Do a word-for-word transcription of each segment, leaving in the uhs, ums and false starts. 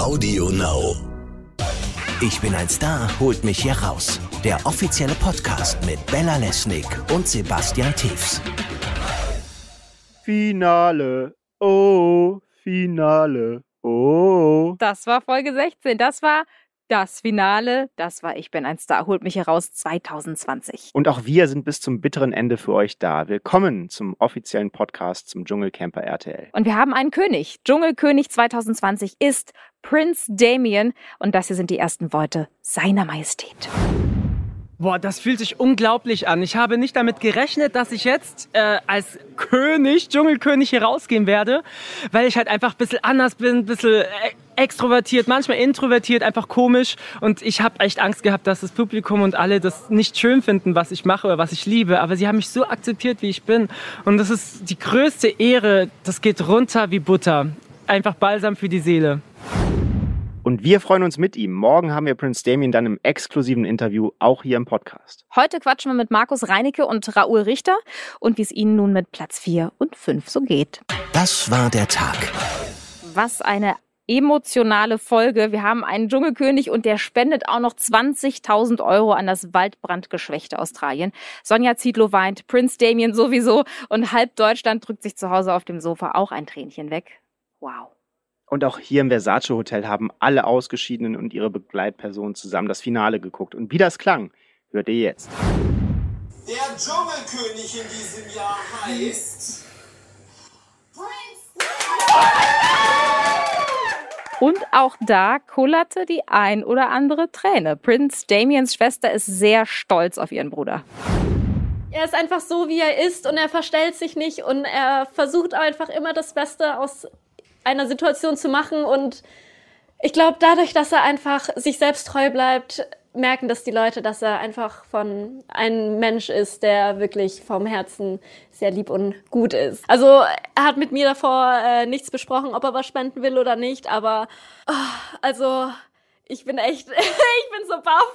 Audio Now. Ich bin ein Star, holt mich hier raus. Der offizielle Podcast mit Bella Lesnick und Sebastian Tiefs. Finale, oh, Finale, oh. Das war Folge sechzehn, das war das Finale, das war Ich bin ein Star, holt mich heraus zwanzig zwanzig. Und auch wir sind bis zum bitteren Ende für euch da. Willkommen zum offiziellen Podcast zum Dschungelcamper R T L. Und wir haben einen König. Dschungelkönig zwanzig zwanzig ist Prince Damien. Und das hier sind die ersten Worte seiner Majestät. Boah, das fühlt sich unglaublich an. Ich habe nicht damit gerechnet, dass ich jetzt äh, als König, Dschungelkönig hier rausgehen werde, weil ich halt einfach ein bisschen anders bin, ein bisschen extrovertiert, manchmal introvertiert, einfach komisch. Und ich habe echt Angst gehabt, dass das Publikum und alle das nicht schön finden, was ich mache oder was ich liebe. Aber sie haben mich so akzeptiert, wie ich bin. Und das ist die größte Ehre. Das geht runter wie Butter. Einfach Balsam für die Seele. Und wir freuen uns mit ihm. Morgen haben wir Prince Damien dann im exklusiven Interview, auch hier im Podcast. Heute quatschen wir mit Markus Reinecke und Raoul Richter und wie es ihnen nun mit Platz vier und fünf so geht. Das war der Tag. Was eine emotionale Folge. Wir haben einen Dschungelkönig und der spendet auch noch zwanzigtausend Euro an das waldbrandgeschwächte Australien. Sonja Zietlow weint, Prince Damien sowieso und halb Deutschland drückt sich zu Hause auf dem Sofa auch ein Tränchen weg. Wow. Und auch hier im Versace Hotel haben alle Ausgeschiedenen und ihre Begleitpersonen zusammen das Finale geguckt. Und wie das klang, hört ihr jetzt. Der Dschungelkönig in diesem Jahr heißt Prince. Und auch da kullerte die ein oder andere Träne. Prince Damiens Schwester ist sehr stolz auf ihren Bruder. Er ist einfach so, wie er ist und er verstellt sich nicht und er versucht einfach immer das Beste aus einer Situation zu machen und ich glaube, dadurch, dass er einfach sich selbst treu bleibt, merken das die Leute, dass er einfach von einem Mensch ist, der wirklich vom Herzen sehr lieb und gut ist. Also er hat mit mir davor äh, nichts besprochen, ob er was spenden will oder nicht, aber oh, also ich bin echt, ich bin so baff.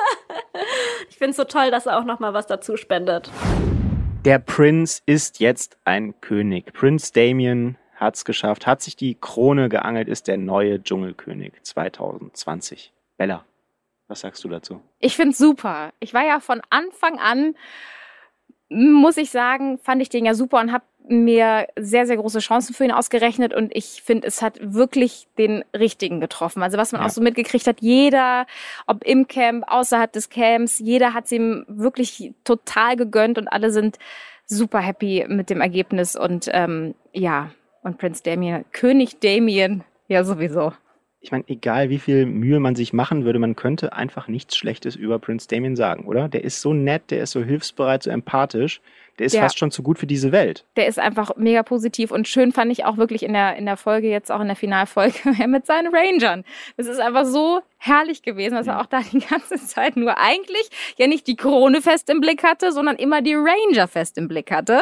Ich finde es so toll, dass er auch nochmal was dazu spendet. Der Prinz ist jetzt ein König. Prince Damien hat's geschafft, hat sich die Krone geangelt, ist der neue Dschungelkönig zwanzig zwanzig. Bella, was sagst du dazu? Ich find's super. Ich war ja von Anfang an, muss ich sagen, fand ich den ja super und habe mir sehr, sehr große Chancen für ihn ausgerechnet und ich finde, es hat wirklich den Richtigen getroffen. Also was man ja auch so mitgekriegt hat, jeder, ob im Camp, außerhalb des Camps, jeder hat es ihm wirklich total gegönnt und alle sind super happy mit dem Ergebnis und ähm, ja, und Prince Damien, König Damien, ja sowieso. Ich meine, egal wie viel Mühe man sich machen würde, man könnte einfach nichts Schlechtes über Prince Damien sagen, oder? Der ist so nett, der ist so hilfsbereit, so empathisch. Der ist der, fast schon zu gut für diese Welt. Der ist einfach mega positiv und schön fand ich auch wirklich in der, in der Folge, jetzt auch in der Finalfolge, mit seinen Rangern. Es ist einfach so herrlich gewesen, dass er auch da die ganze Zeit nur eigentlich ja nicht die Krone fest im Blick hatte, sondern immer die Ranger fest im Blick hatte.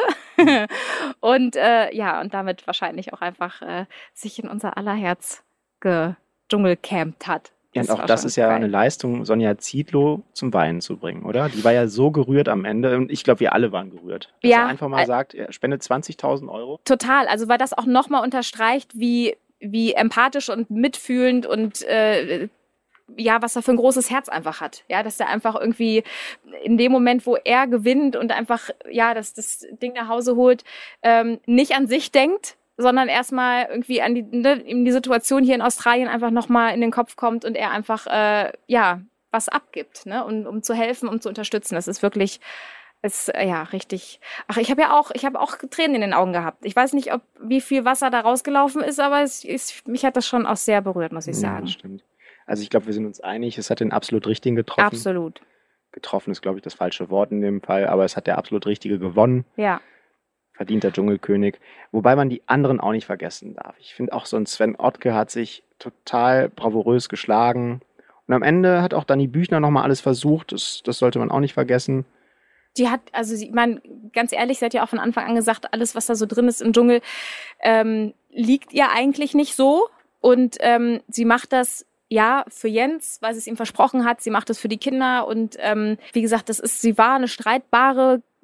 und äh, ja, und damit wahrscheinlich auch einfach äh, sich in unser aller Herz gedschungelcampt hat. Ja, und auch das ist ja geil. Eine Leistung, Sonja Zietlow zum Weinen zu bringen, oder? Die war ja so gerührt am Ende und ich glaube, wir alle waren gerührt. Dass ja, er einfach mal sagt, er spendet zwanzigtausend Euro. Total, also weil das auch nochmal unterstreicht, wie, wie empathisch und mitfühlend und äh, ja, was er für ein großes Herz einfach hat. Ja, dass er einfach irgendwie in dem Moment, wo er gewinnt und einfach ja das, das Ding nach Hause holt, ähm, nicht an sich denkt, sondern erstmal irgendwie an die, ne, in die Situation hier in Australien einfach nochmal in den Kopf kommt und er einfach, äh, ja, was abgibt, ne, um, um zu helfen, um zu unterstützen. Das ist wirklich, ist, äh, ja, richtig. Ach, ich habe ja auch, ich habe auch Tränen in den Augen gehabt. Ich weiß nicht, ob, wie viel Wasser da rausgelaufen ist, aber es ist, mich hat das schon auch sehr berührt, muss ich sagen. Ja, das stimmt. Also ich glaube, wir sind uns einig, es hat den absolut Richtigen getroffen. Absolut. Getroffen ist, glaube ich, das falsche Wort in dem Fall, aber es hat der absolut Richtige gewonnen. Ja. Verdienter Dschungelkönig. Wobei man die anderen auch nicht vergessen darf. Ich finde auch so ein Sven Ottke hat sich total bravourös geschlagen. Und am Ende hat auch Dani Büchner nochmal alles versucht. Das, das sollte man auch nicht vergessen. Die hat, also ich meine, ganz ehrlich, sie hat ja auch von Anfang an gesagt, alles, was da so drin ist im Dschungel, ähm, liegt ihr eigentlich nicht so. Und ähm, sie macht das ja für Jens, weil sie es ihm versprochen hat. Sie macht es für die Kinder. Und ähm, wie gesagt, das ist, sie war eine streitbare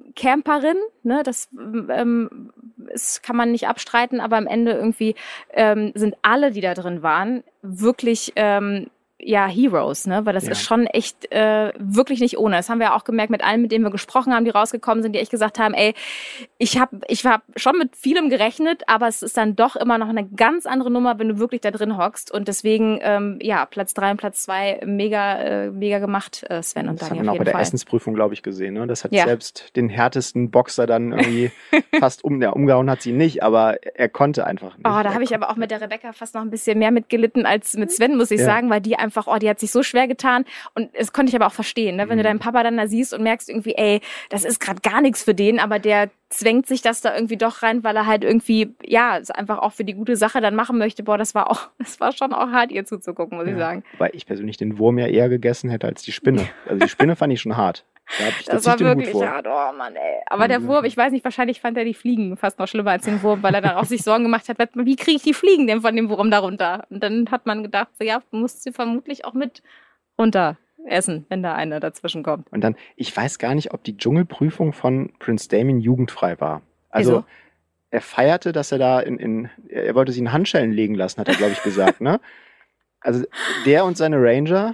Camperin, ne, das ähm, das kann man nicht abstreiten, aber am Ende irgendwie ähm, sind alle, die da drin waren, wirklich ähm, ja, Heroes, ne? Weil das Ja. ist schon echt äh, wirklich nicht ohne. Das haben wir ja auch gemerkt mit allen, mit denen wir gesprochen haben, die rausgekommen sind, die echt gesagt haben, ey, ich habe ich hab schon mit vielem gerechnet, aber es ist dann doch immer noch eine ganz andere Nummer, wenn du wirklich da drin hockst. Und deswegen, ähm, ja, Platz drei und Platz zwei mega, äh, mega gemacht, äh, Sven und Das hat Dani man auf auch bei jeden der Fall. Essensprüfung, glaube ich, gesehen. Ne? Das hat Ja. selbst den härtesten Boxer dann irgendwie fast um, ja, umgehauen hat sie nicht, aber er konnte einfach nicht. Oh, da Er habe ich aber auch mit der Rebecca fast noch ein bisschen mehr mitgelitten als mit Sven, muss ich Ja. sagen, weil die einfach, oh, die hat sich so schwer getan und das konnte ich aber auch verstehen, ne? Wenn Mhm. du deinen Papa dann da siehst und merkst irgendwie, ey, das ist gerade gar nichts für den, aber der zwängt sich das da irgendwie doch rein, weil er halt irgendwie, ja, es einfach auch für die gute Sache dann machen möchte. Boah, das war auch, das war schon auch hart, ihr zuzugucken, muss ich Ja. sagen. Wobei ich persönlich den Wurm ja eher gegessen hätte als die Spinne. Also die Spinne fand ich schon hart. Da hab ich, da Das zieh ich war den Hut wirklich vor. hart, oh Mann, ey. Aber der Mhm. Wurm, ich weiß nicht, wahrscheinlich fand er die Fliegen fast noch schlimmer als den Wurm, weil er dann auch sich Sorgen gemacht hat, wie kriege ich die Fliegen denn von dem Wurm da runter? Und dann hat man gedacht, so, ja, du musst sie vermutlich auch mit runter essen, wenn da einer dazwischen kommt. Und dann, ich weiß gar nicht, ob die Dschungelprüfung von Prince Damien jugendfrei war. Also Wieso? er feierte, dass er da in, in, er wollte sie in Handschellen legen lassen, hat er, glaube ich, gesagt, ne? Also der und seine Ranger,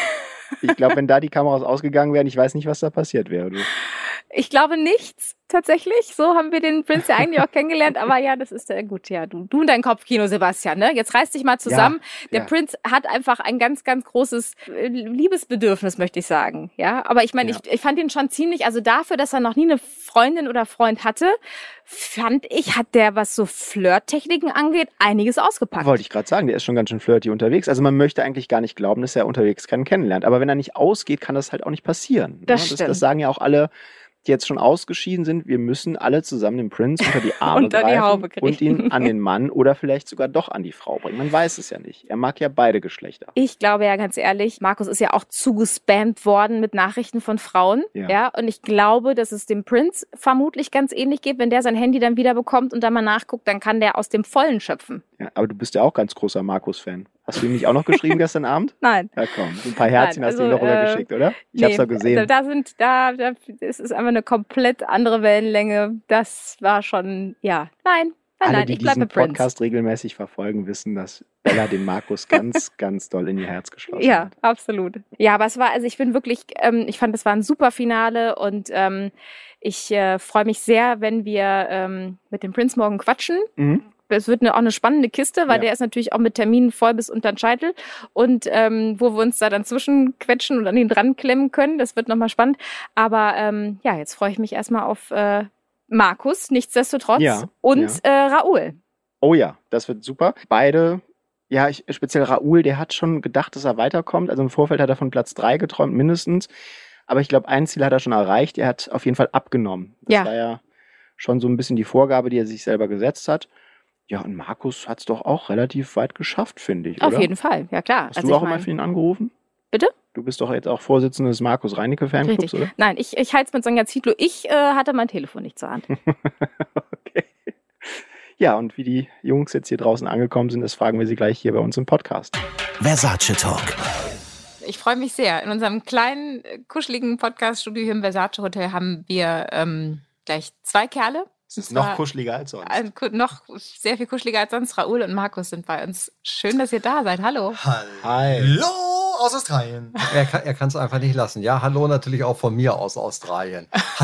ich glaube, wenn da die Kameras ausgegangen wären, ich weiß nicht, was da passiert wäre. Du. Ich glaube nichts, tatsächlich. So haben wir den Prinz ja eigentlich auch kennengelernt. Aber ja, das ist äh, gut. Ja, du, du und dein Kopfkino, Sebastian, ne? Jetzt reiß dich mal zusammen. Der ja. Prinz hat einfach ein ganz, ganz großes äh, Liebesbedürfnis, möchte ich sagen. Ja, aber ich meine, Ja. ich, ich fand ihn schon ziemlich, also dafür, dass er noch nie eine Freundin oder Freund hatte, fand ich, hat der, was so Flirttechniken angeht, einiges ausgepackt. Wollte ich gerade sagen, der ist schon ganz schön flirty unterwegs. Also man möchte eigentlich gar nicht glauben, dass er unterwegs keinen kennenlernt. Aber wenn er nicht ausgeht, kann das halt auch nicht passieren. Das ne? das, stimmt. das sagen ja auch alle, die jetzt schon ausgeschieden sind. Wir müssen alle zusammen den Prinz unter die Arme Unter die greifen Haube kriegen. und ihn an den Mann oder vielleicht sogar doch an die Frau bringen. Man weiß es ja nicht. Er mag ja beide Geschlechter. Ich glaube ja ganz ehrlich, Markus ist ja auch zugespammt worden mit Nachrichten von Frauen. Ja. Ja. Und ich glaube, dass es dem Prinz vermutlich ganz ähnlich geht. Wenn der sein Handy dann wieder bekommt und da mal nachguckt, dann kann der aus dem Vollen schöpfen. Ja, aber du bist ja auch ganz großer Markus-Fan. Hast du ihm nicht auch noch geschrieben gestern Abend? Nein. Ja, komm. So ein paar Herzchen Nein, hast du ihm also, noch rübergeschickt, oder? Ich hab's doch gesehen. Da, da sind, da, da, es ist einfach eine komplett andere Wellenlänge. Das war schon, ja, nein, nein, Alle, nein, die ich bleibe diesen mit Prinz. Podcast regelmäßig verfolgen, wissen, dass Bella den Markus ganz, ganz doll in ihr Herz geschlossen Ja, hat. absolut. Ja, aber es war, also ich bin wirklich, ähm, ich fand, das war ein super Finale und ähm, ich äh, freue mich sehr, wenn wir ähm, mit dem Prinz morgen quatschen. Mhm. Es wird eine, auch eine spannende Kiste, weil Ja. der ist natürlich auch mit Terminen voll bis unter den Scheitel. Und ähm, wo wir uns da dann zwischenquetschen und an ihn dran klemmen können, das wird nochmal spannend. Aber ähm, ja, jetzt freue ich mich erstmal auf äh, Markus, nichtsdestotrotz, Ja, und Äh, Raoul. Oh ja, das wird super. Beide, ja, ich, speziell Raoul, der hat schon gedacht, dass er weiterkommt. Also im Vorfeld hat er von Platz drei geträumt, mindestens. Aber ich glaube, ein Ziel hat er schon erreicht. Er hat auf jeden Fall abgenommen. Das Ja. war ja schon so ein bisschen die Vorgabe, die er sich selber gesetzt hat. Ja, und Markus hat es doch auch relativ weit geschafft, finde ich, Auf oder? jeden Fall, ja klar. Hast Also du ich auch immer mein- für ihn angerufen? Bitte? Du bist doch jetzt auch Vorsitzende des Markus Reinecke Fanclubs, Richtig. oder? Nein, ich, ich halte es mit Sonja Zietlow. Ich äh, hatte mein Telefon nicht zur Hand. Okay. Ja, und wie die Jungs jetzt hier draußen angekommen sind, das fragen wir sie gleich hier bei uns im Podcast. Versace Talk. Ich freue mich sehr. In unserem kleinen, äh, kuscheligen Podcast-Studio hier im Versace Hotel haben wir ähm, gleich zwei Kerle. Es ist Und noch zwar- kuscheliger als sonst. Also, ku- noch sehr viel kuscheliger als sonst. Raoul und Markus sind bei uns. Schön, dass ihr da seid. Hallo. Hallo aus Australien. Er kann er kann es einfach nicht lassen. Ja, hallo natürlich auch von mir aus Australien.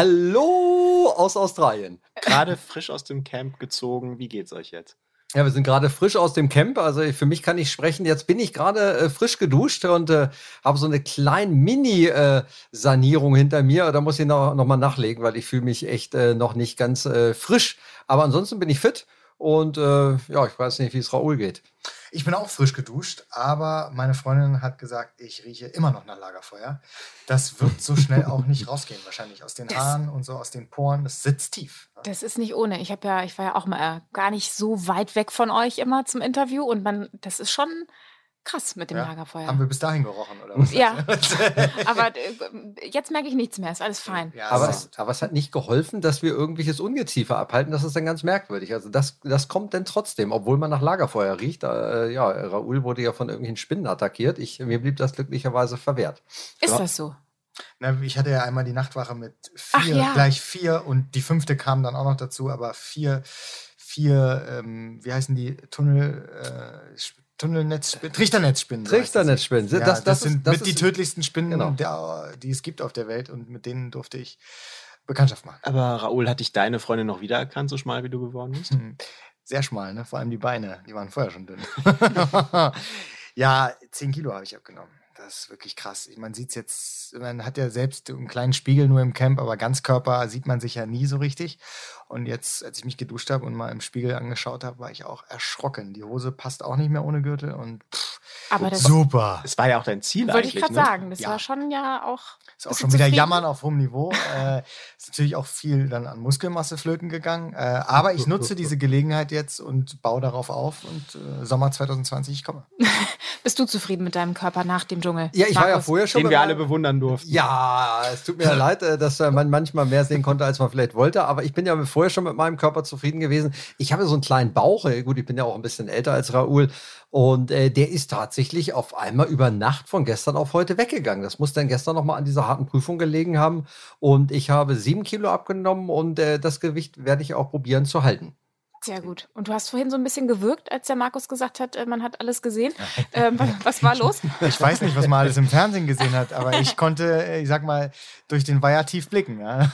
Hallo aus Australien. Gerade frisch aus dem Camp gezogen. Wie geht's euch jetzt? Ja, wir sind gerade frisch aus dem Camp. Also ich- für mich kann ich sprechen. Jetzt bin ich gerade äh, frisch geduscht und äh, habe so eine kleine Mini-Sanierung hinter mir. Da muss ich noch, noch mal nachlegen, weil ich fühle mich echt äh, noch nicht ganz äh, frisch. Aber ansonsten bin ich fit und äh, ja, ich weiß nicht, wie es Raoul geht. Ich bin auch frisch geduscht, aber meine Freundin hat gesagt, ich rieche immer noch nach Lagerfeuer. Das wird so schnell auch nicht rausgehen, wahrscheinlich aus den Das- Haaren und so aus den Poren. Das sitzt tief. Das ist nicht ohne. Ich habe ja, ich war ja auch mal äh, gar nicht so weit weg von euch immer zum Interview und man, das ist schon krass mit dem Ja. Lagerfeuer. Haben wir bis dahin gerochen, oder was? Ja. Aber äh, jetzt merke ich nichts mehr. Ist alles fein. Ja, Aber es es, aber es hat nicht geholfen, dass wir irgendwelches Ungeziefer abhalten. Das ist dann ganz merkwürdig. Also das, das kommt dann trotzdem, obwohl man nach Lagerfeuer riecht. Äh, ja, Raoul wurde ja von irgendwelchen Spinnen attackiert. Ich, mir blieb das glücklicherweise verwehrt. Ist Ja. das so? Na, ich hatte ja einmal die Nachtwache mit Ach vier, ja. gleich vier und die fünfte kam dann auch noch dazu, aber vier, vier, ähm, wie heißen die, Tunnel, äh, Sp- Tunnelnetzspinnen, Trichternetzspinnen. so heißt das. Trichternetzspinnen. Ja, Das- das, das ist- sind das mit die ist- tödlichsten Spinnen, Genau. der, die es gibt auf der Welt und mit denen durfte ich Bekanntschaft machen. Aber Raoul, hat dich deine Freundin noch wiedererkannt, so schmal wie du geworden bist? Hm, Sehr schmal, ne? Vor allem die Beine, die waren vorher schon dünn. Ja, zehn Kilo habe ich abgenommen. Das ist wirklich krass. Man sieht es jetzt, man hat ja selbst einen kleinen Spiegel nur im Camp, aber Ganzkörper sieht man sich ja nie so richtig. Und jetzt, als ich mich geduscht habe und mal im Spiegel angeschaut habe, war ich auch erschrocken. Die Hose passt auch nicht mehr ohne Gürtel und pff, Aber das super. Es war ja auch dein Ziel wollte eigentlich, ich gerade ne? sagen. Das Ja. war schon ja auch. Ist auch Bist schon du wieder zufrieden? Jammern auf hohem Niveau. äh, ist natürlich auch viel dann an Muskelmasse flöten gegangen. Äh, aber ich nutze diese Gelegenheit jetzt und baue darauf auf. Und äh, Sommer zwanzig zwanzig, ich komme. Bist du zufrieden mit deinem Körper nach dem Dschungel? Ja, ich war ja Markus? vorher schon. Den mit wir alle meinem- bewundern durften. Ja, es tut mir leid, äh, dass äh, man manchmal mehr sehen konnte, als man vielleicht wollte. Aber ich bin ja vorher schon mit meinem Körper zufrieden gewesen. Ich habe so einen kleinen Bauch. äh, Gut, ich bin ja auch ein bisschen älter als Raoul. Und äh, der ist tatsächlich auf einmal über Nacht von gestern auf heute weggegangen. Das muss dann gestern nochmal an dieser harten Prüfung gelegen haben. Und ich habe sieben Kilo abgenommen und äh, das Gewicht werde ich auch probieren zu halten. Sehr gut. Und du hast vorhin so ein bisschen gewirkt, als der Markus gesagt hat, äh, man hat alles gesehen. Ähm, was, was war los? Ich weiß nicht, was man alles im Fernsehen gesehen hat, aber ich konnte, äh, ich sag mal, durch den Weiher tief blicken. Ja.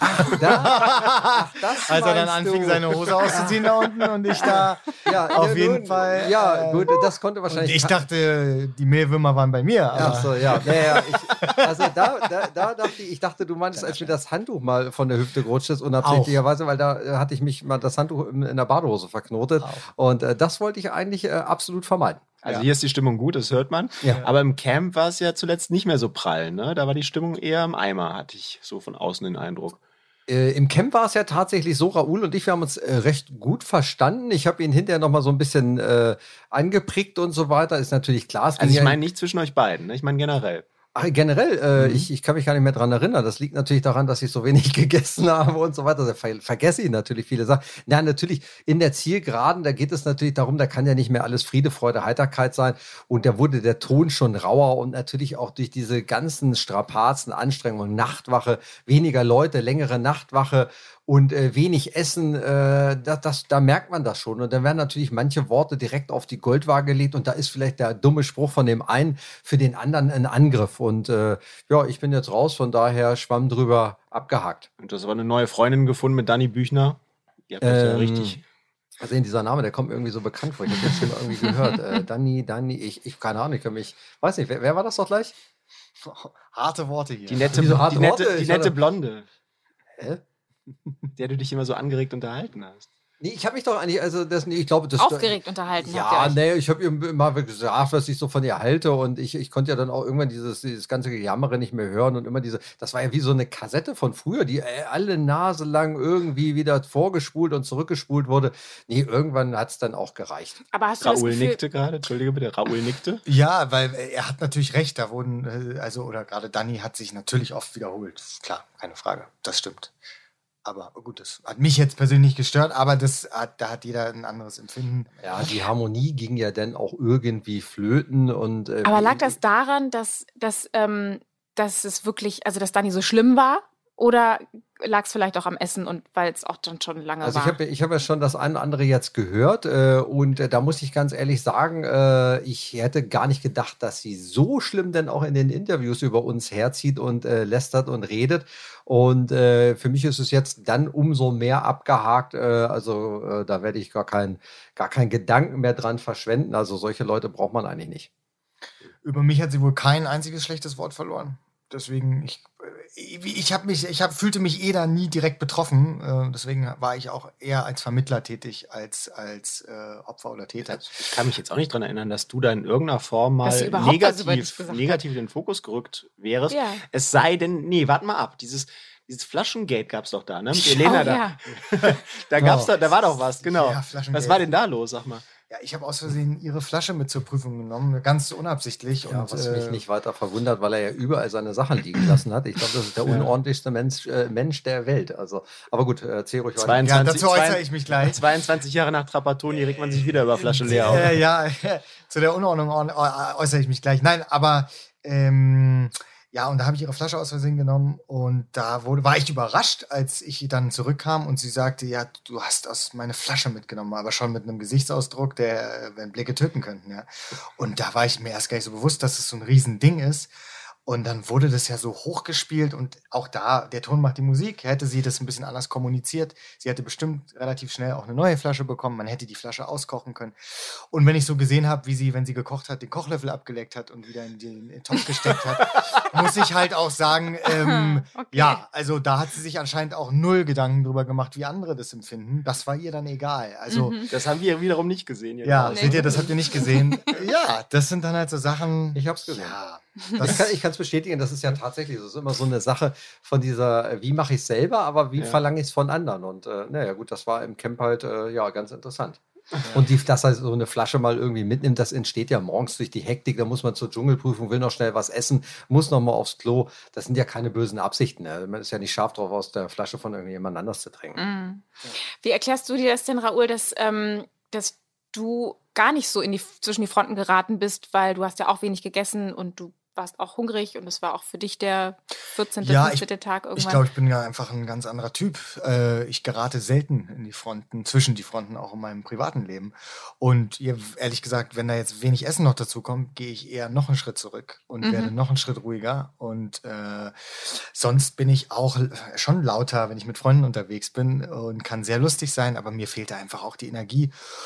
Da, das Als er dann meinst anfing, du. seine Hose auszuziehen da unten und ich da Ja, auf ja, jeden nun, Fall. Ja, äh, gut, das konnte und wahrscheinlich. ich dachte, die Mehlwürmer waren bei mir. Aber Ach so, ja. ja, ja ich, also da, da, da dachte ich, ich dachte, du meintest, als mir das Handtuch mal von der Hüfte gerutscht ist, unabsichtlicherweise, weil da äh, hatte ich mich mal das Handtuch in, in der Badehose verknotet. Und äh, das wollte ich eigentlich äh, absolut vermeiden. Also Ja. hier ist die Stimmung gut, das hört man. Ja. Aber im Camp war es ja zuletzt nicht mehr so prall, ne? Da war die Stimmung eher im Eimer, hatte ich so von außen den Eindruck. Äh, Im Camp war es ja tatsächlich so, Raoul und ich, wir haben uns äh, recht gut verstanden. Ich habe ihn hinterher noch mal so ein bisschen äh, angeprickt und so weiter. Ist natürlich klar. Es ging Also ich ja- meine nicht zwischen euch beiden, ne? Ich meine generell. Ach, generell, äh, Mhm. ich, ich kann mich gar nicht mehr dran erinnern. Das liegt natürlich daran, dass ich so wenig gegessen habe und so weiter. Da ver vergesse ich natürlich viele Sachen. Na, natürlich in der Zielgeraden, da geht es natürlich darum, da kann ja nicht mehr alles Friede, Freude, Heiterkeit sein. Und da wurde der Ton schon rauer und natürlich auch durch diese ganzen Strapazen, Anstrengungen, Nachtwache, weniger Leute, längere Nachtwache und äh, wenig Essen, äh, das, das, da merkt man das schon. Und dann werden natürlich manche Worte direkt auf die Goldwaage gelegt und da ist vielleicht der dumme Spruch von dem einen für den anderen ein Angriff. Und äh, ja, ich bin jetzt raus, von daher Schwamm drüber abgehakt. Und du hast aber eine neue Freundin gefunden mit Dani Büchner. Ihr habt euch ja Ähm, richtig. Also dieser Name, der kommt mir irgendwie so bekannt vor. Ich habe jetzt schon mal irgendwie gehört. Äh, Danny, Danny, ich, ich, keine Ahnung, ich kann mich, weiß nicht, wer, wer war das doch gleich? harte Worte hier. Die nette, Wieso harte die nette, Worte? die Ich nette hatte- Blonde, Hä? der du dich immer so angeregt unterhalten hast. Nee, ich habe mich doch eigentlich, also das, nee, ich glaube, das Aufgeregt unterhalten Ja, habt ihr euch. nee, ich habe ihr immer gesagt, was ich so von ihr halte und ich, ich konnte ja dann auch irgendwann dieses, dieses ganze Gejammere nicht mehr hören und immer diese, das war ja wie so eine Kassette von früher, die äh, alle Nase lang irgendwie wieder vorgespult und zurückgespult wurde. Nee, irgendwann hat es dann auch gereicht. Aber hast du das Raoul Gefühl, nickte gerade, entschuldige bitte, Raoul nickte. Ja, weil äh, er hat natürlich recht, da wurden, äh, also, oder gerade Dani hat sich natürlich oft wiederholt. Klar, keine Frage, das stimmt. Aber gut, das hat mich jetzt persönlich nicht gestört, aber das hat, da hat jeder ein anderes Empfinden. Ja, die Harmonie ging ja dann auch irgendwie flöten und. Äh, aber lag das daran, dass, dass, ähm, dass es wirklich, also dass Dani so schlimm war? Oder lag es vielleicht auch am Essen und weil es auch dann schon lange Also war? ich habe ich hab ja schon das eine oder andere jetzt gehört äh, und äh, da muss ich ganz ehrlich sagen, äh, ich hätte gar nicht gedacht, dass sie so schlimm denn auch in den Interviews über uns herzieht und äh, lästert und redet. Und äh, für mich ist es jetzt dann umso mehr abgehakt. Äh, also äh, da werde ich gar keinen gar keinen Gedanken mehr dran verschwenden. Also solche Leute braucht man eigentlich nicht. Über mich hat sie wohl kein einziges schlechtes Wort verloren. Deswegen, ich, ich, hab mich, ich hab, fühlte mich eh da nie direkt betroffen. Äh, deswegen war ich auch eher als Vermittler tätig als als äh, Opfer oder Täter. Ich kann mich jetzt auch nicht daran erinnern, dass du da in irgendeiner Form Dass mal sie überhaupt was über dich negativ, gesagt hat. negativ in den Fokus gerückt wärst. Ja. Es sei denn, nee, warte mal ab, dieses, dieses Flaschengate gab es doch da, ne? Mit Elena Oh, da. ja. Da gab's da, da war doch was, genau. Ja, Flaschengate. Was war denn da los, sag mal? Ja, ich habe aus Versehen ihre Flasche mit zur Prüfung genommen, ganz unabsichtlich. Ja, und, was äh, mich nicht weiter verwundert, weil er ja überall seine Sachen liegen lassen hat. Ich glaube, das ist der unordentlichste Mensch, äh, Mensch der Welt. Also, aber gut, erzähl ruhig weiter. Ja, dazu äußere ich mich gleich. zweiundzwanzig Jahre nach Trapattoni regt man sich wieder über Flasche leer auf. Äh, ja, zu der Unordnung äu- äußere ich mich gleich. Nein, aber ähm, Ja, und da habe ich ihre Flasche aus Versehen genommen und da wurde, war ich überrascht, als ich dann zurückkam und sie sagte, ja, du hast aus meine Flasche mitgenommen, aber schon mit einem Gesichtsausdruck, der, wenn Blicke töten könnten, ja. Und da war ich mir erst gar nicht so bewusst, dass es so ein Riesending ist. Und dann wurde das ja so hochgespielt und auch da, der Ton macht die Musik, hätte sie das ein bisschen anders kommuniziert. Sie hätte bestimmt relativ schnell auch eine neue Flasche bekommen, man hätte die Flasche auskochen können. Und wenn ich so gesehen habe, wie sie, wenn sie gekocht hat, den Kochlöffel abgeleckt hat und wieder in den, in den Topf gesteckt hat, muss ich halt auch sagen, ähm, Okay. ja, also da hat sie sich anscheinend auch null Gedanken drüber gemacht, wie andere das empfinden. Das war ihr dann egal. Also Mhm. Das haben wir wiederum nicht gesehen. hier ja, draußen. seht ihr, das habt ihr nicht gesehen. Ja, das sind dann halt so Sachen. Ich hab's gesehen. Ja, Ich das kann ich kann es bestätigen, das ist ja tatsächlich so. Es ist immer so eine Sache von dieser, äh, wie mache ich es selber, aber wie Ja. verlange ich es von anderen? Und äh, naja, gut, das war im Camp halt äh, ja ganz interessant. Und die, dass er so eine Flasche mal irgendwie mitnimmt, das entsteht ja morgens durch die Hektik. Da muss man zur Dschungelprüfung, will noch schnell was essen, muss noch mal aufs Klo. Das sind ja keine bösen Absichten. Ne? Man ist ja nicht scharf drauf, aus der Flasche von irgendjemand anders zu trinken. Mhm. Wie erklärst du dir das denn, Raoul, dass, ähm, dass du gar nicht so in die, zwischen die Fronten geraten bist, weil du hast ja auch wenig gegessen und du warst auch hungrig und es war auch für dich der vierzehnte, Ja, fünfzehnte Tag irgendwann. Ich glaube, ich bin ja einfach ein ganz anderer Typ. Äh, ich gerate selten in die Fronten, zwischen die Fronten auch in meinem privaten Leben. Und ihr, ehrlich gesagt, wenn da jetzt wenig Essen noch dazu kommt, gehe ich eher noch einen Schritt zurück und Mhm. werde noch einen Schritt ruhiger. Und äh, sonst bin ich auch schon lauter, wenn ich mit Freunden unterwegs bin und kann sehr lustig sein, aber mir fehlt da einfach auch die Energie.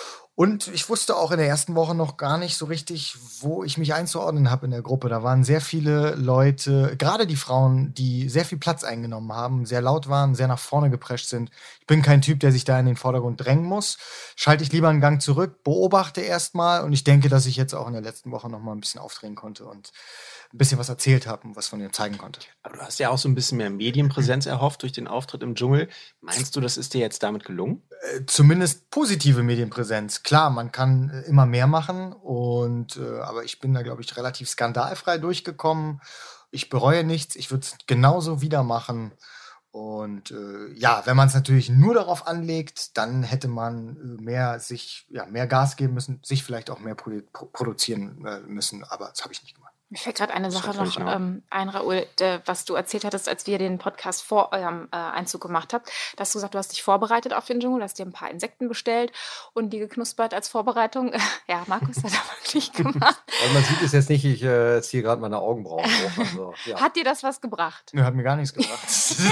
Und ich wusste auch in der ersten Woche noch gar nicht so richtig, wo ich mich einzuordnen habe in der Gruppe. Da waren sehr viele Leute, gerade die Frauen, die sehr viel Platz eingenommen haben, sehr laut waren, sehr nach vorne geprescht sind. Ich bin kein Typ, der sich da in den Vordergrund drängen muss. Schalte ich lieber einen Gang zurück, beobachte erstmal. Und ich denke, dass ich jetzt auch in der letzten Woche noch mal ein bisschen aufdrehen konnte und ein bisschen was erzählt habe und was von mir zeigen konnte. Aber du hast ja auch so ein bisschen mehr Medienpräsenz erhofft durch den Auftritt im Dschungel. Meinst du, das ist dir jetzt damit gelungen? Äh, zumindest positive Medienpräsenz. Klar, man kann äh, immer mehr machen, und äh, aber ich bin da, glaube ich, relativ skandalfrei durchgekommen. Ich bereue nichts, ich würde es genauso wieder machen. Und äh, ja, wenn man es natürlich nur darauf anlegt, dann hätte man äh, mehr sich, ja, mehr Gas geben müssen, sich vielleicht auch mehr produ pro produzieren äh, müssen, aber das habe ich nicht gemacht. Mir fällt gerade eine Das ist Sache ja völlig noch in Ordnung. ähm, ein, Raoul, de, was du erzählt hattest, als wir den Podcast vor eurem äh, Einzug gemacht habt. Da hast du gesagt, du hast dich vorbereitet auf den Dschungel, du hast dir ein paar Insekten bestellt und die geknuspert als Vorbereitung. Ja, Markus hat er wirklich gemacht. Also man sieht es jetzt nicht, ich äh, ziehe gerade meine Augenbrauen hoch. Also, ja. Hat dir das was gebracht? Nö, hat mir gar nichts gebracht.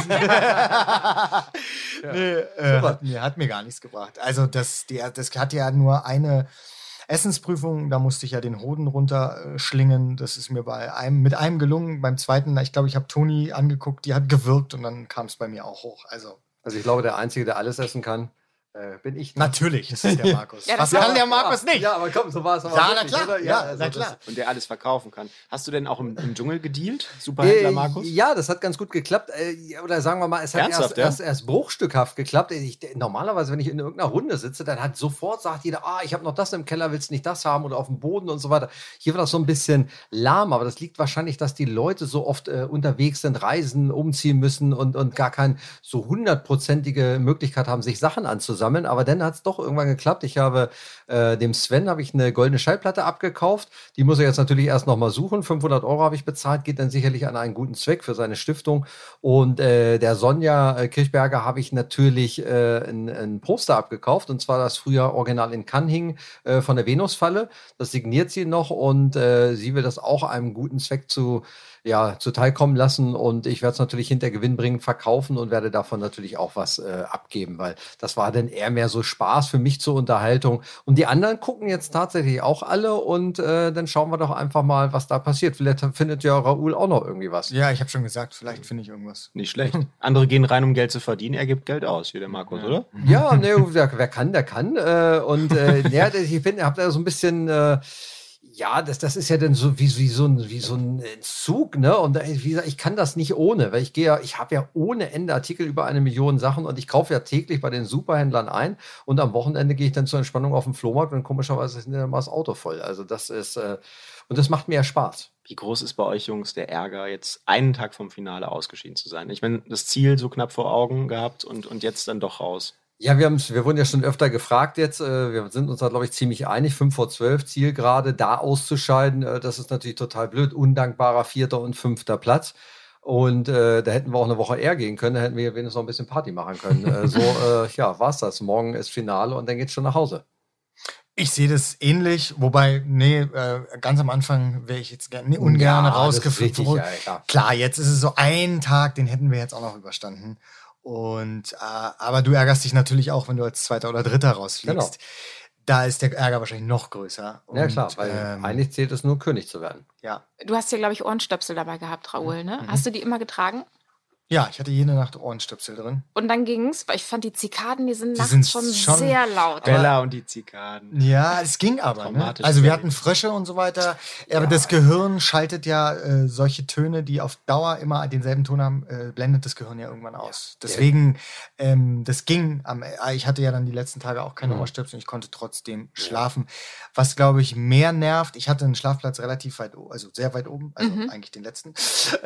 nee, äh, hat, mir, hat mir gar nichts gebracht. Also das, die, das hatte ja nur eine Essensprüfung, da musste ich ja den Hoden runterschlingen. Das ist mir bei einem, mit einem gelungen. Beim zweiten, ich glaube, ich habe Toni angeguckt, die hat gewirkt und dann kam es bei mir auch hoch. Also Also ich glaube, der Einzige, der alles essen kann, äh, bin ich. natürlich, das ist der Markus. Ja, Was das kann war- der Markus ja, nicht? Ja, aber komm, so war es aber Ja, na wirklich, klar, oder? ja, also na das- klar. Und der alles verkaufen kann. Hast du denn auch im, im Dschungel gedealt, Superhändler Äh, Markus? Ja, das hat ganz gut geklappt. Äh, Oder sagen wir mal, es hat Ernsthaft, erst, ja? erst, erst bruchstückhaft geklappt. Ich, normalerweise, wenn ich in irgendeiner Runde sitze, dann hat sofort sagt jeder, ah, ich habe noch das im Keller, willst du nicht das haben oder auf dem Boden und so weiter. Hier war das so ein bisschen lahm, aber das liegt wahrscheinlich, dass die Leute so oft äh, unterwegs sind, reisen, umziehen müssen und, und gar keine so hundertprozentige Möglichkeit haben, sich Sachen anzusammeln. Aber dann hat es doch irgendwann geklappt. Ich habe äh, dem Sven habe ich eine goldene Schallplatte abgekauft. Die muss er jetzt natürlich erst noch mal suchen. fünfhundert Euro habe ich bezahlt, geht dann sicherlich an einen guten Zweck für seine Stiftung. Und äh, der Sonja äh, Kirchberger habe ich natürlich äh, ein, ein Poster abgekauft. Und zwar das früher Original in Cannes hing äh, von der Venusfalle. Das signiert sie noch und äh, sie will das auch einem guten Zweck zu ja, zuteilkommen lassen, und ich werde es natürlich hinter Gewinn bringen, verkaufen und werde davon natürlich auch was äh, abgeben, weil das war dann eher mehr so Spaß für mich zur Unterhaltung. Und die anderen gucken jetzt tatsächlich auch alle, und äh, dann schauen wir doch einfach mal, was da passiert. Vielleicht findet ja Raoul auch noch irgendwie was. Ja, ich habe schon gesagt, vielleicht finde ich irgendwas. Nicht schlecht. Andere gehen rein, um Geld zu verdienen. Er gibt Geld aus, wie der Markus, oder? Ja, ne, wer, wer kann, der kann. Äh, und äh, ja, ich bin, hab da so ein bisschen äh, ja, das, das ist ja dann so wie, wie, so ein, wie so ein Zug, ne? Und wie gesagt, ich kann das nicht ohne, weil ich gehe ja, ich habe ja ohne Ende Artikel über eine Million Sachen, und ich kaufe ja täglich bei den Superhändlern ein, und am Wochenende gehe ich dann zur Entspannung auf den Flohmarkt, und komischerweise ist dann mal das Auto voll. Also das ist, äh, und das macht mir ja Spaß. Wie groß ist bei euch, Jungs, der Ärger, jetzt einen Tag vom Finale ausgeschieden zu sein? Ich meine, das Ziel so knapp vor Augen gehabt und, und jetzt dann doch raus. Ja, wir, haben's, wir wurden ja schon öfter gefragt jetzt. äh, Wir sind uns da, glaube ich, ziemlich einig. fünf vor zwölf, Zielgerade, da auszuscheiden, äh, das ist natürlich total blöd. Undankbarer vierter und fünfter Platz. Und äh, da hätten wir auch eine Woche eher gehen können. Da hätten wir wenigstens noch ein bisschen Party machen können. äh, so, äh, ja, war's das. Morgen ist Finale und dann geht's schon nach Hause. Ich sehe das ähnlich, wobei, nee, äh, ganz am Anfang wäre ich jetzt gern, nee, ungern Ja, rausgeführt. das ist richtig, ja, klar. Klar, jetzt ist es so ein Tag, den hätten wir jetzt auch noch überstanden. Und äh, aber du ärgerst dich natürlich auch, wenn du als Zweiter oder Dritter rausfliegst. Genau. Da ist der Ärger wahrscheinlich noch größer. Und, Ja, klar, weil ähm, eigentlich zählt es nur, König zu werden. ja. Du hast ja, glaube ich, Ohrenstöpsel dabei gehabt, Raoul, ne? Mhm. Hast du die immer getragen? Ja, ich hatte jede Nacht Ohrenstöpsel drin. Und dann ging's, weil ich fand, die Zikaden, die sind Die nachts sind schon, schon- sehr laut. Bella und die Zikaden. Ja, es ging aber. Ne? Traumatisch Also wir gewesen. hatten Frösche und so weiter. Aber das Gehirn schaltet ja äh, solche Töne, die auf Dauer immer denselben Ton haben, äh, blendet das Gehirn ja irgendwann aus. Deswegen, ähm, das ging. Am, äh, ich hatte ja dann die letzten Tage auch keine Mhm. Ohrstöpsel und ich konnte trotzdem schlafen. Was, glaube ich, mehr nervt, ich hatte einen Schlafplatz relativ weit oben, also sehr weit oben, also Mhm. eigentlich den letzten.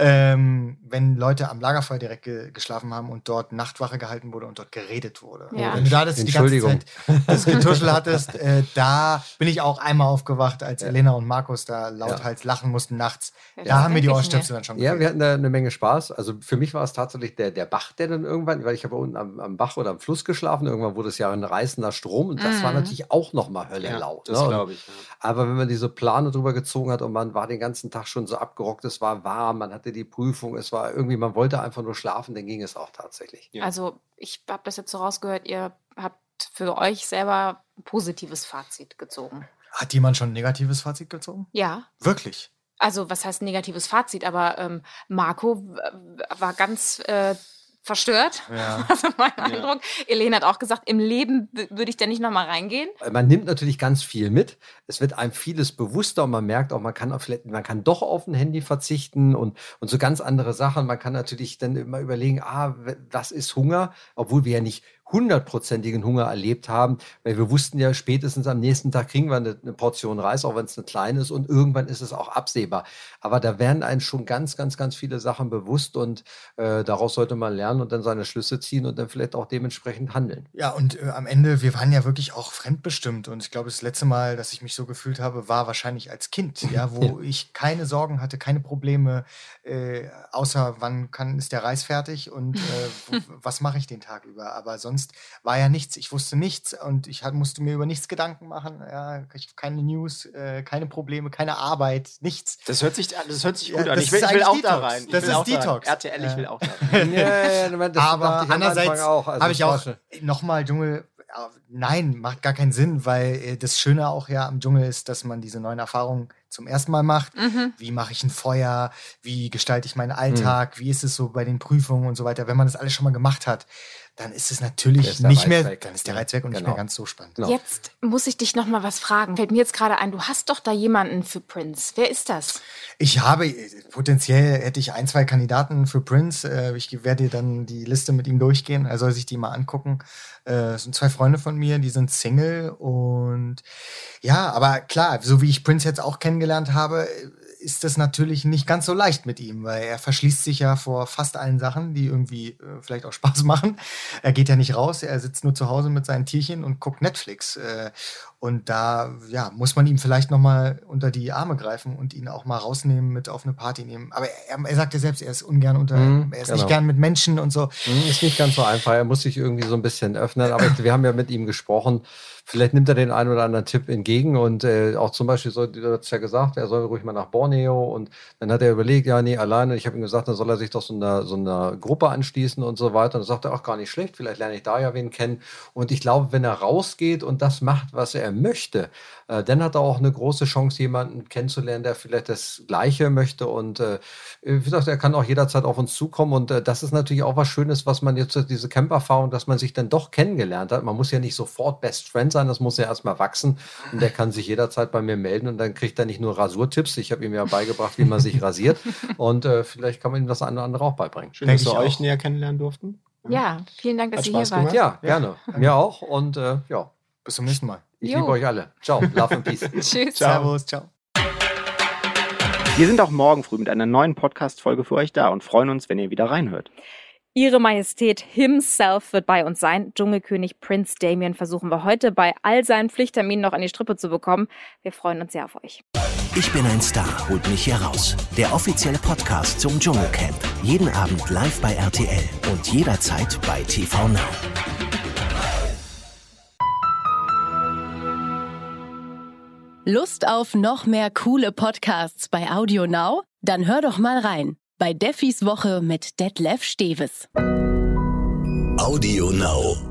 Ähm, wenn Leute am Lagerfeuer direkt ge geschlafen haben und dort Nachtwache gehalten wurde und dort geredet wurde. Ja. Wenn du da das die ganze Entschuldigung. Zeit das Getuschel hattest, äh, da bin ich auch einmal aufgewacht, als Ja. Elena und Markus da lauthals lachen mussten nachts. Ja, Da das haben mir die denk ich Ohrstöpsel dann schon Ja, gefehlt. wir hatten da eine Menge Spaß. Also für mich war es tatsächlich der, der Bach, der dann irgendwann, weil ich habe unten am, am Bach oder am Fluss geschlafen, irgendwann wurde es ja ein reißender Strom und das war Mhm. natürlich auch nochmal Hölle Ja, laut. das ne? Und- glaube ich. Ja. Aber wenn man diese Plane drüber gezogen hat und man war den ganzen Tag schon so abgerockt, es war warm, man hatte die Prüfung, es war irgendwie, man wollte einfach nur schlafen, dann ging es auch tatsächlich. Ja. Also ich habe das jetzt so rausgehört, ihr habt für euch selber ein positives Fazit gezogen. Hat jemand schon ein negatives Fazit gezogen? Ja. Wirklich? Also was heißt negatives Fazit, aber ähm, Marco w- war ganz äh, verstört. Ja. Also mein Eindruck. Elena hat auch gesagt, im Leben w- würde ich da nicht nochmal reingehen. Man nimmt natürlich ganz viel mit. Es wird einem vieles bewusster und man merkt auch, man kann, auf, man kann doch auf ein Handy verzichten und, und so ganz andere Sachen. Man kann natürlich dann immer überlegen, ah, was ist Hunger? Obwohl wir ja nicht hundertprozentigen Hunger erlebt haben, weil wir wussten ja, spätestens am nächsten Tag kriegen wir eine, eine Portion Reis, auch wenn es eine kleine ist und irgendwann ist es auch absehbar. Aber da werden einem schon ganz, ganz, ganz viele Sachen bewusst und äh, daraus sollte man lernen und dann seine Schlüsse ziehen und dann vielleicht auch dementsprechend handeln. Ja, und äh, am Ende, wir waren ja wirklich auch fremdbestimmt. Und ich glaube, das letzte Mal, dass ich mich so gefühlt habe, war wahrscheinlich als Kind, ja, wo ich keine Sorgen hatte, keine Probleme, äh, außer wann kann, ist der Reis fertig und äh, w- was mache ich den Tag über. Aber sonst war ja nichts, ich wusste nichts und ich hat, musste mir über nichts Gedanken machen. Ja, ich, keine News, äh, keine Probleme, keine Arbeit, nichts. Das hört sich, das hört sich Ja, gut an. das Ich will, ist ich will auch eigentlich da Detox. rein. Ich Das will ist auch da rein. Detox. R T L, ich Äh. will auch da rein. Ja, ja, ja, das Aber dachte ich am andererseits Anfang auch. Also habe ich es war auch schon- nochmal Dschungel. äh, Nein, macht gar keinen Sinn, weil äh, das Schöne auch ja am Dschungel ist, dass man diese neuen Erfahrungen zum ersten Mal macht. Mhm. Wie mache ich ein Feuer? Wie gestalte ich meinen Alltag? Wie ist es so bei den Prüfungen und so weiter? Wenn man das alles schon mal gemacht hat, dann ist es Dann natürlich ist der nicht Reiz mehr, weg. dann ist der Ja, Reiz weg und nicht genau. mehr ganz so spannend. Genau. Jetzt muss ich dich noch mal was fragen. Fällt mir jetzt gerade ein, du hast doch da jemanden für Prince. Wer ist das? Ich habe, äh, potenziell hätte ich ein, zwei Kandidaten für Prince. Äh, Ich werde dir dann die Liste mit ihm durchgehen. Er soll sich die mal angucken. Äh, Es sind zwei Freunde von mir, die sind Single und ja, aber klar, so wie ich Prince jetzt auch kennengelernt habe, ist das natürlich nicht ganz so leicht mit ihm, weil er verschließt sich ja vor fast allen Sachen, die irgendwie äh, vielleicht auch Spaß machen. Er geht ja nicht raus, er sitzt nur zu Hause mit seinen Tierchen und guckt Netflix. Äh, und da ja, muss man ihm vielleicht noch mal unter die Arme greifen und ihn auch mal rausnehmen, mit auf eine Party nehmen. Aber er, er sagt ja selbst, er ist ungern unter, Mhm, er ist genau. nicht gern mit Menschen und so. Hm, Ist nicht ganz so einfach. Er muss sich irgendwie so ein bisschen öffnen. Aber wir haben ja mit ihm gesprochen. Vielleicht nimmt er den einen oder anderen Tipp entgegen. Und äh, auch zum Beispiel, so, du hast ja gesagt, er soll ruhig mal nach Borneo. Und dann hat er überlegt, ja, nee, alleine. Ich habe ihm gesagt, dann soll er sich doch so einer, so einer Gruppe anschließen und so weiter. Und dann sagt er, ach, gar nicht schlecht. Vielleicht lerne ich da ja wen kennen. Und ich glaube, wenn er rausgeht und das macht, was er möchte, äh, dann hat er auch eine große Chance, jemanden kennenzulernen, der vielleicht das Gleiche möchte. Und äh, wie gesagt, er kann auch jederzeit auf uns zukommen. Und äh, das ist natürlich auch was Schönes, was man jetzt, diese Camp-Erfahrung, dass man sich dann doch kennengelernt hat. Man muss ja nicht sofort Best Friend sein, das muss ja erstmal wachsen. Und der kann sich jederzeit bei mir melden und dann kriegt er nicht nur Rasurtipps. Ich habe ihm ja beigebracht, wie man sich rasiert. Und äh, vielleicht kann man ihm das eine oder andere auch beibringen. Schön, Denk dass wir ich euch auch. näher kennenlernen durften. Ja, vielen Dank, dass Hat ihr Spaß hier wart. gemacht. Ja, gerne. Mir auch. Und äh, ja, Bis zum nächsten Mal. ich Jo. liebe euch alle. Ciao. Love and Peace. Tschüss. Servus, ciao. Wir sind auch morgen früh mit einer neuen Podcast-Folge für euch da und freuen uns, wenn ihr wieder reinhört. Ihre Majestät himself wird bei uns sein. Dschungelkönig Prince Damien versuchen wir heute bei all seinen Pflichtterminen noch an die Strippe zu bekommen. Wir freuen uns sehr auf euch. Ich bin ein Star, holt mich hier raus. Der offizielle Podcast zum Dschungelcamp. Jeden Abend live bei R T L und jederzeit bei T V Now. Lust auf noch mehr coole Podcasts bei Audio Now? Dann hör doch mal rein bei Deffis Woche mit Detlef Steves. Audio Now.